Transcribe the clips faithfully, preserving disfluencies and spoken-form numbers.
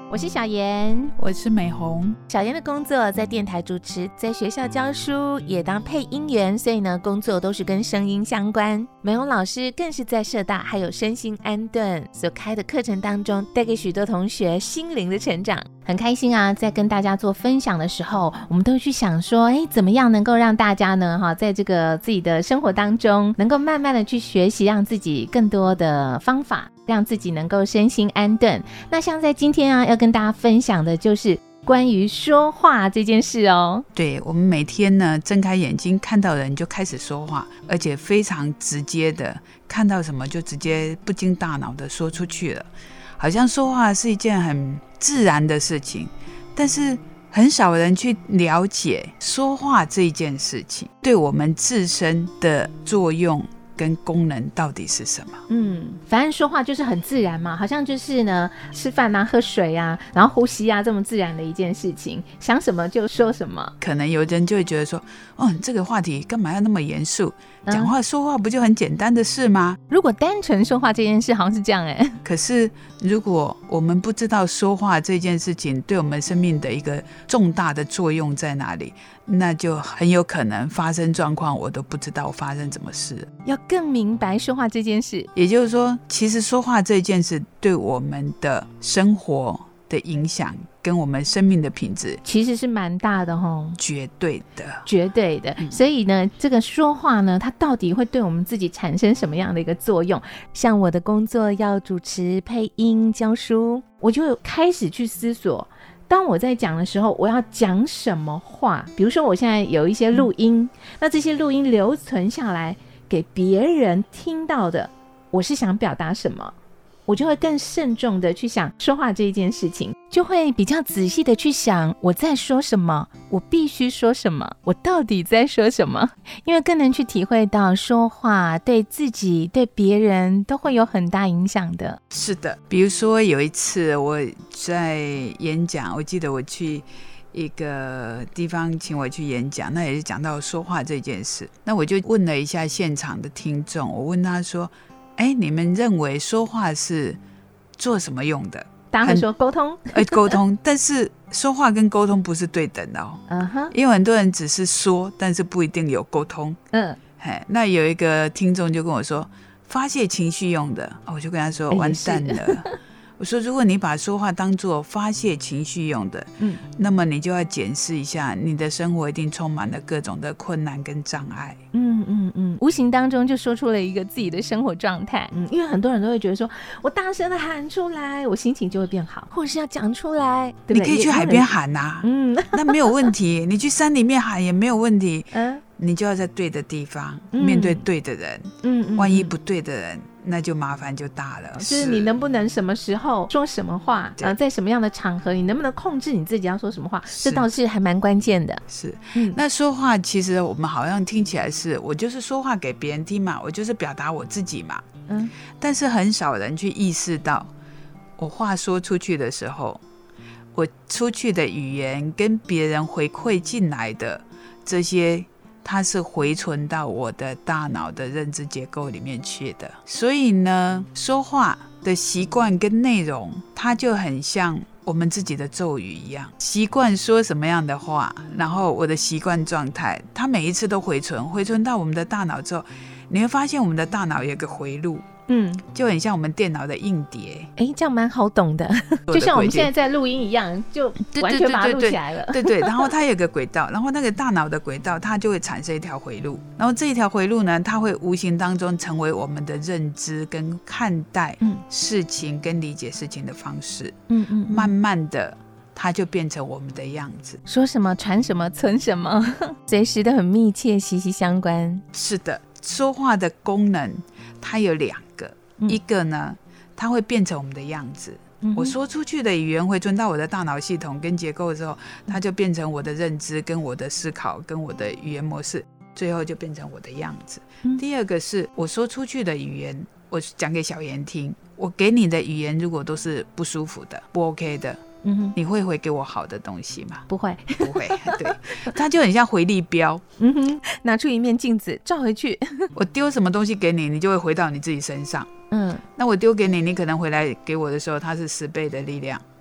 我是小妍， 我是美红。 小妍的工作在电台主持，在学校教书，也当配音员，所以呢，工作都是跟声音相关。美红老师更是在社大还有身心安顿所开的课程当中，带给许多同学心灵的成长。很开心啊，在跟大家做分享的时候，我们都会去想说，哎，怎么样能够让大家呢，哈，在这个自己的生活当中，能够慢慢的去学习，让自己更多的方法，让自己能够身心安顿。那像在今天啊，要跟大家分享的就是关于说话这件事哦。 对，我们每天呢睁开眼睛看到人就开始说话，而且非常直接的，看到什么就直接不经大脑的说出去了，好像说话是一件很自然的事情，但是很少人去了解说话这一件事情对我们自身的作用跟功能到底是什么。 嗯，反正说话就是很自然嘛，好像就是呢吃饭啊喝水啊然后呼吸啊这么自然的一件事情，想什么就说什么。 可能有人就会觉得说，哦，这个话题干嘛要那么严肃，讲话说话不就很简单的事吗？ 如果单纯说话这件事好像是这样耶。 可是如果我们不知道说话这件事情对我们生命的一个重大的作用在哪里，那就很有可能发生状况我都不知道发生什么事。 要更明白说话这件事， 也就是说，其实说话这件事对我们的生活的影响跟我们生命的品质其实是蛮大的齁， 绝对的绝对的、嗯、所以呢这个说话呢它到底会对我们自己产生什么样的一个作用。像我的工作要主持配音教书，我就开始去思索，当我在讲的时候我要讲什么话。比如说我现在有一些录音、嗯、那这些录音留存下来给别人听到的，我是想表达什么，我就会更慎重的去想说话这一件事情，就会比较仔细的去想我在说什么，我必须说什么，我到底在说什么。因为更能去体会到说话对自己对别人都会有很大影响的。 是的，比如说有一次我在演讲，我记得我去一个地方请我去演讲，那也是讲到说话这件事。那我就问了一下现场的听众，我问他说，哎，你们认为说话是做什么用的？ 大家会说沟通， 哎，沟通。但是说话跟沟通不是对等的哦。嗯哼，因为很多人只是说，但是不一定有沟通。嗯，那有一个听众就跟我说，发泄情绪用的，我就跟他说，完蛋了。我说，如果你把说话当作发泄情绪用的，嗯，那么你就要检视一下，你的生活一定充满了各种的困难跟障碍。 嗯嗯嗯，无形当中就说出了一个自己的生活状态。嗯，因为很多人都会觉得说，我大声的喊出来，我心情就会变好，或者是要讲出来，对不对？ 你可以去海边喊啊，嗯，那没有问题。你去山里面喊也没有问题。嗯，你就要在对的地方、嗯、面对对的人。嗯, 嗯，万一不对的人，那就麻烦就大了。 就是你能不能什么时候说什么话，呃，在什么样的场合，你能不能控制你自己要说什么话，这倒是还蛮关键的。 是、嗯，那说话其实我们好像听起来是我就是说话给别人听嘛，我就是表达我自己嘛。嗯，但是很少人去意识到，我话说出去的时候，我出去的语言跟别人回馈进来的这些，它是回存到我的大脑的认知结构里面去的。所以呢，说话的习惯跟内容，它就很像我们自己的咒语一样，习惯说什么样的话，然后我的习惯状态，它每一次都回存，回存到我们的大脑之后，你会发现我们的大脑有一个回路。嗯，就很像我们电脑的硬碟。 哎，这样蛮好懂的，就像我们现在在录音一样，就完全把它录起来了。 对 对, 对, 对, 对, 对，然后它有个轨道，然后那个大脑的轨道，它就会产生一条回路，然后这一条回路呢，它会无形当中成为我们的认知跟看待事情跟理解事情的方式。嗯嗯，慢慢的。它就变成我们的样子， 说什么传什么存什么，随时都很密切息息相关。 是的，说话的功能它有两个、嗯、一个呢它会变成我们的样子、嗯、我说出去的语言会存到我的大脑系统跟结构之后，它就变成我的认知跟我的思考跟我的语言模式，最后就变成我的样子、嗯、第二个是我说出去的语言，我讲给小妍听，我给你的语言如果都是不舒服的不 OK 的，嗯哼，你会回给我好的东西吗？ 不会， 不会。对，它就很像回力镖。 嗯哼，拿出一面镜子照回去， 我丢什么东西给你，你就会回到你自己身上。嗯，那我丢给你，你可能回来给我的时候，它是十倍的力量。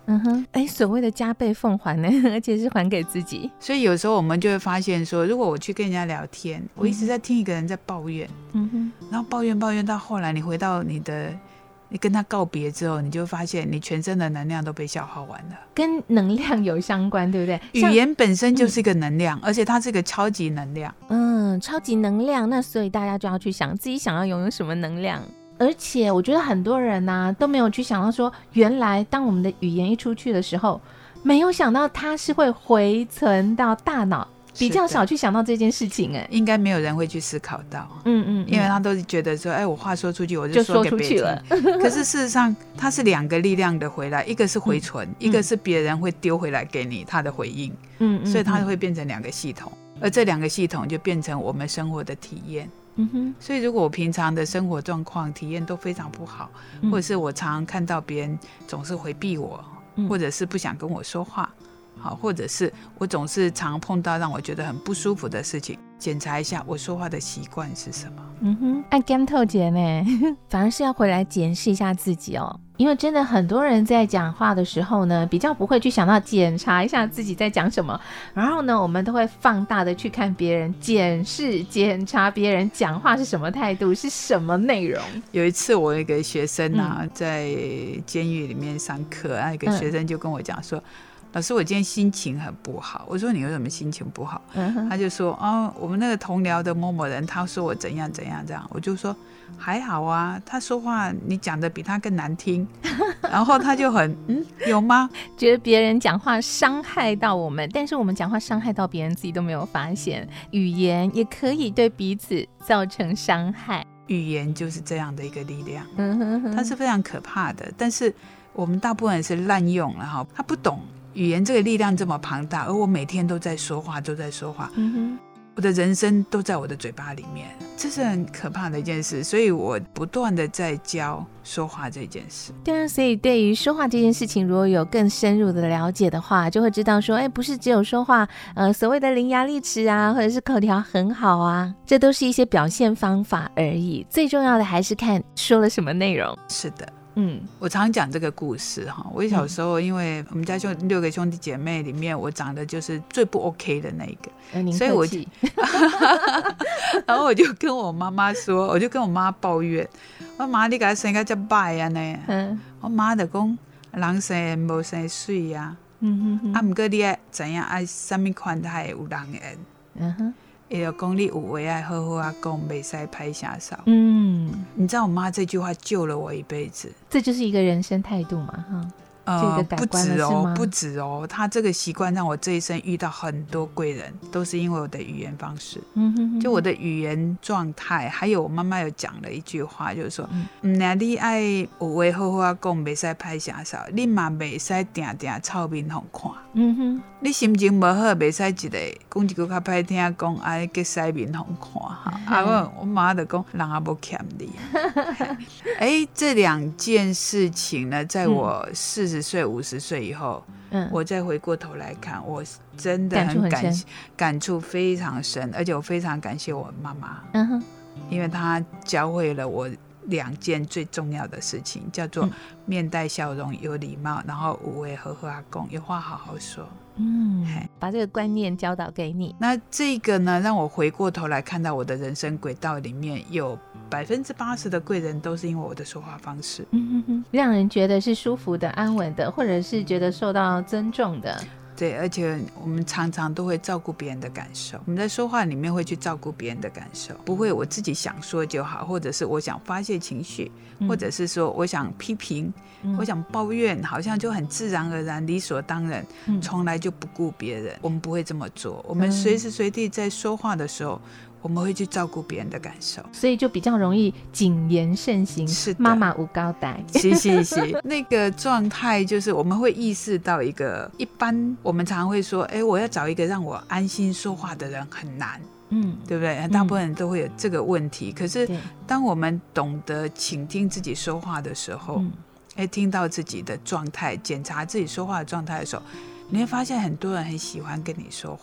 嗯哼，哎，所谓的加倍奉还呢，而且是还给自己。 所以有时候我们就会发现说，如果我去跟人家聊天，我一直在听一个人在抱怨，嗯哼，然后抱怨抱怨到后来，你回到你的，你跟他告别之后，你就发现你全身的能量都被消耗完了。 跟能量有相关，对不对？ 语言本身就是一个能量，嗯、而且它是一个超级能量。 嗯，超级能量，那所以大家就要去想自己想要拥有什么能量。而且我觉得很多人啊都没有去想到说，原来当我们的语言一出去的时候，没有想到它是会回存到大脑，比较少去想到这件事情。哎， 应该没有人会去思考到。嗯 嗯, 嗯，因为他都是觉得说，哎，我话说出去我就说给别人听。可是事实上它是两个力量的回来，一个是回存、嗯、一个是别人会丢回来给你他的回应。嗯, 嗯，所以它会变成两个系统，而这两个系统就变成我们生活的体验。嗯哼，所以如果我平常的生活状况体验都非常不好、嗯、或者是我常常看到别人总是回避我、嗯、或者是不想跟我说话，好，或者是我总是常碰到让我觉得很不舒服的事情，检查一下我说话的习惯是什么。 嗯哼，按检讨节呢，反而是要回来检视一下自己哦。因为真的很多人在讲话的时候呢，比较不会去想到检查一下自己在讲什么，然后呢，我们都会放大的去看别人，检视检查别人讲话是什么态度，是什么内容。 有一次我有一个学生啊、嗯、在监狱里面上课，那一个学生就跟我讲说、嗯，老师，我今天心情很不好。我说你为什么心情不好？嗯、他就说哦，我们那个同僚的某某人，他说我怎样怎样这样。我就说还好啊，他说话你讲的比他更难听。然后他就很嗯，有吗？ 觉得别人讲话伤害到我们，但是我们讲话伤害到别人，自己都没有发现。语言也可以对彼此造成伤害。 语言就是这样的一个力量，嗯哼哼，它是非常可怕的。但是我们大部分人是滥用了哈，他不懂。语言这个力量这么庞大，而我每天都在说话，都在说话、嗯哼，我的人生都在我的嘴巴里面，这是很可怕的一件事。所以我不断的在教说话这件事。 对啊，所以对于说话这件事情，如果有更深入的了解的话，就会知道说，哎，不是只有说话，呃，所谓的伶牙俐齿啊，或者是口条很好啊，这都是一些表现方法而已。最重要的还是看说了什么内容。 是的。嗯，我常讲这个故事哈。我小时候，因为我们家兄六个兄弟姐妹里面，我长得就是最不 OK 的那一个， 呃、 所以我就，然后我就跟我妈妈说，我就跟我妈抱怨，我妈你给他生个这歹啊呢？嗯，我妈就讲，人生无生水啊，嗯哼，啊，不过你爱怎样爱什么款态有人缘，嗯哼。也有讲你有话要好好啊讲，不可拍下手。嗯，你知道我妈这句话救了我一辈子。 这就是一个人生态度嘛，哈。 呃，不止哦，不止哦，他这个习惯让我这一生遇到很多贵人，都是因为我的语言方式。嗯哼哼，就我的语言状态，还有我妈妈有讲了一句话，就是说，嗯，那你爱有话好好啊讲，袂使拍下手，你嘛袂使定定臭面互看。嗯哼，你心情无好，袂使一个讲一句较歹听讲，爱去洗面互看哈。啊，我我妈就讲，人也无欠你。哎，这两件事情呢，在我四十岁、五十岁以后，嗯，我再回过头来看，我真的很感感触非常深，而且我非常感谢我妈妈，嗯哼，因为她教会了我两件最重要的事情，叫做面带笑容、有礼貌，然后有话好好讲，有话好好说。 嗯，把这个观念教导给你。 那这个呢，让我回过头来看到我的人生轨道里面有百分之八十的贵人都是因为我的说话方式，嗯哼哼，让人觉得是舒服的、安稳的，或者是觉得受到尊重的。 对，而且我们常常都会照顾别人的感受，我们在说话里面会去照顾别人的感受，不会我自己想说就好，或者是我想发泄情绪、嗯、或者是说我想批评、嗯、我想抱怨，好像就很自然而然理所当然、嗯、从来就不顾别人。我们不会这么做，我们随时随地在说话的时候、嗯，我们会去照顾别人的感受， 所以就比较容易谨言慎行。是的，妈妈无高台， 是是是，那个状态就是我们会意识到一个，一般我们常常会说，哎，我要找一个让我安心说话的人很难，嗯，对不对？大部分人都会有这个问题。嗯、可是当我们懂得倾听自己说话的时候，哎、嗯，听到自己的状态，检查自己说话的状态的时候，你会发现很多人很喜欢跟你说话。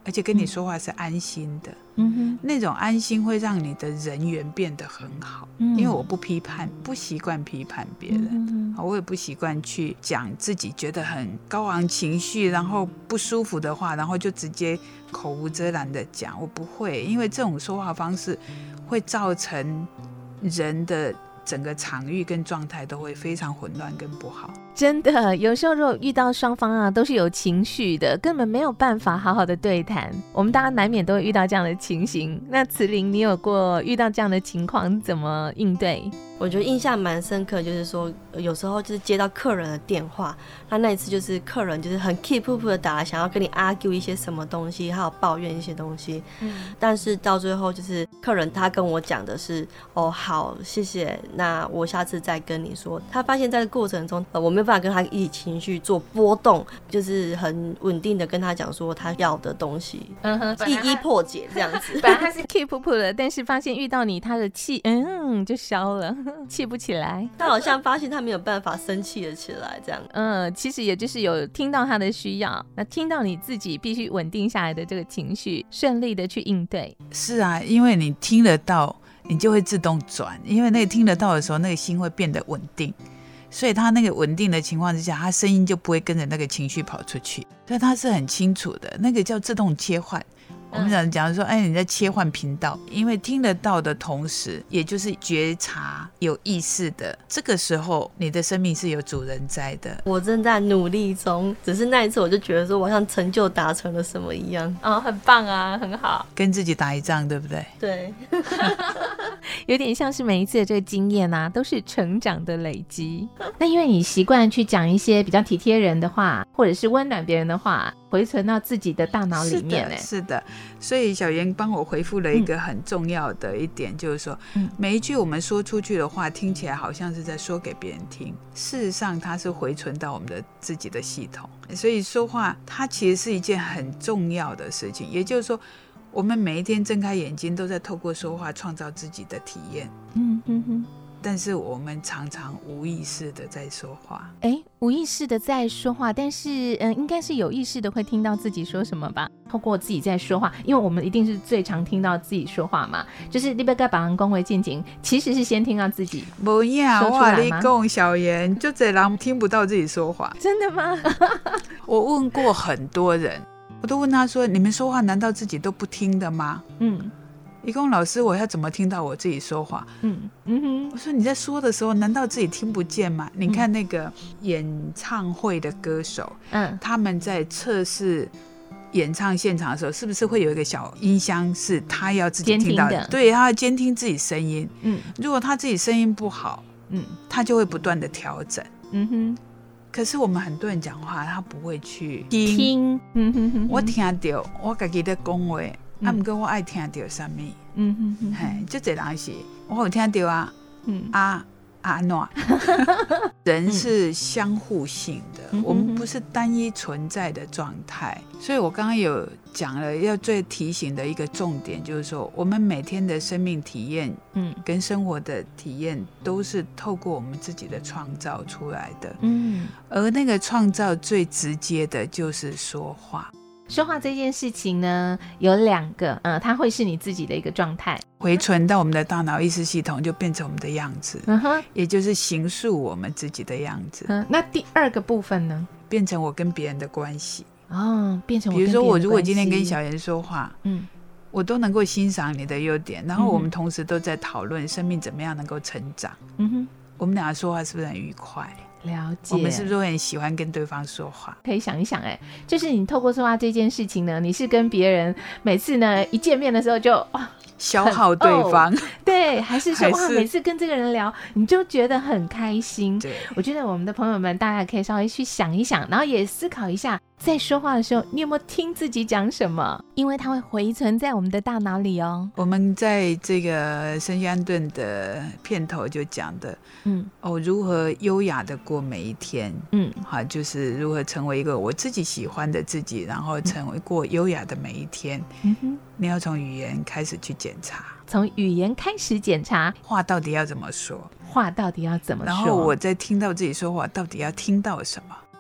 而且跟你说话是安心的， 嗯哼， 那种安心会让你的人缘变得很好， 嗯、 因为我不批判，不习惯批判别人，嗯、我也不习惯去讲自己觉得很高昂情绪然后不舒服的话，然后就直接口无遮拦的讲，我不会，因为这种说话方式会造成人的整个场域跟状态都会非常混乱跟不好。 真的，有时候如果遇到双方啊都是有情绪的，根本没有办法好好的对谈，我们大家难免都会遇到这样的情形。那慈玲，你有过遇到这样的情况怎么应对？ 我觉得印象蛮深刻，就是说有时候就是接到客人的电话，那那一次就是客人就是很 keep up 的打来，想要跟你 argue 一些什么东西，还有抱怨一些东西，嗯，但是到最后就是客人他跟我讲的是，哦好谢谢，那我下次再跟你说。他发现在这个过程中、呃、我没有办法跟他一起情绪做波动，就是很稳定的跟他讲说他要的东西，嗯哼，一一破解这样子。 本来他是 keep up 的，但是发现遇到你他的气嗯就消了，气不起来， 他好像发现他没有办法生气了起来这样。 嗯，其实也就是有听到他的需要，那听到你自己必须稳定下来的这个情绪，顺利的去应对。 是啊，因为你听得到你就会自动转，因为那个听得到的时候那个心会变得稳定，所以他那个稳定的情况之下，他声音就不会跟着那个情绪跑出去，所以他是很清楚的，那个叫自动切换。我们讲讲说，哎，你在切换频道，因为听得到的同时，也就是觉察、有意识的，这个时候你的生命是有主人在的。 我正在努力中，只是那一次我就觉得说，我好像成就达成了什么一样。 哦，很棒啊，很好， 跟自己打一仗，对不对？ 对， 有点像是每一次的这个经验啊，都是成长的累积。那因为你习惯去讲一些比较体贴人的话，或者是温暖别人的话，回存到自己的大脑里面。 是的，是的。所以小妍帮我回复了一个很重要的一点，嗯、就是说，每一句我们说出去的话，听起来好像是在说给别人听，事实上它是回存到我们的自己的系统。所以说话，它其实是一件很重要的事情。也就是说，我们每一天睁开眼睛，都在透过说话创造自己的体验。嗯哼哼。但是我们常常无意识的在说话， 哎，无意识的在说话，但是嗯，应该是有意识的会听到自己说什么吧？透过自己在说话，因为我们一定是最常听到自己说话嘛，就是你要跟别人讲话之前，其实是先听到自己没呀， 说出来吗？我跟你讲，小妍，就这人听不到自己说话， 真的吗？ 我问过很多人，我都问他说：“你们说话难道自己都不听的吗？”嗯。一共老师，我要怎么听到我自己说话？嗯嗯哼，我说你在说的时候，难道自己听不见吗？嗯、你看那个演唱会的歌手，嗯，他们在测试演唱现场的时候，是不是会有一个小音箱，是他要自己听到的？对，他要监听自己声音。嗯，如果他自己声音不好，嗯，他就会不断的调整。嗯哼。可是我们很多人讲话，他不会去听。听嗯哼哼，我听到我自己在讲话。啊，不过我爱听到什么？嗯哼哼，嘿，就这人是，我有听到啊，嗯啊啊喏，人是相互性的，嗯、我们不是单一存在的状态。所以我刚刚有讲了，要最提醒的一个重点就是说，我们每天的生命体验，嗯，跟生活的体验，都是透过我们自己的创造出来的。嗯，而那个创造最直接的就是说话。 说话这件事情呢，有两个，嗯，它会是你自己的一个状态， 回传到我们的大脑意识系统，就变成我们的样子，嗯哼，也就是形塑我们自己的样子。 嗯，那第二个部分呢， 变成我跟别人的关系。 哦，变成我跟别人的关系。比如说， 我如果今天跟小妍说话，嗯，我都能够欣赏你的优点，然后我们同时都在讨论生命怎么样能够成长。嗯哼，我们俩说话是不是很愉快？ 了解， 我们是不是会很喜欢跟对方说话？ 可以想一想，哎，就是你透过说话这件事情呢，你是跟别人每次呢一见面的时候就哇消耗对方， 哦、对，还是说哇每次跟这个人聊你就觉得很开心？对，我觉得我们的朋友们大家可以稍微去想一想，然后也思考一下，在说话的时候你有没有听自己讲什么？因为它会回存在我们的大脑里哦。 我们在这个森西安顿的片头就讲的，嗯，哦，如何优雅的过每一天，嗯，好，就是如何成为一个我自己喜欢的自己，然后成为过优雅的每一天。嗯哼，你要从语言开始去检查， 从语言开始检查， 话到底要怎么说？ 话到底要怎么说？ 然后我在听到自己说话，到底要听到什么？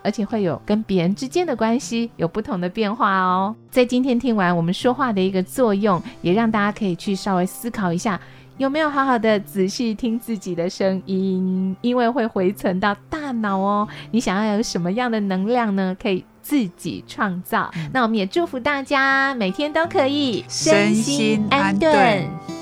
而且会有跟别人之间的关系有不同的变化哦。在今天听完我们说话的一个作用，也让大家可以去稍微思考一下，有没有好好的仔细听自己的声音，因为会回存到大脑哦。你想要有什么样的能量呢？可以自己创造。那我们也祝福大家每天都可以身心安顿。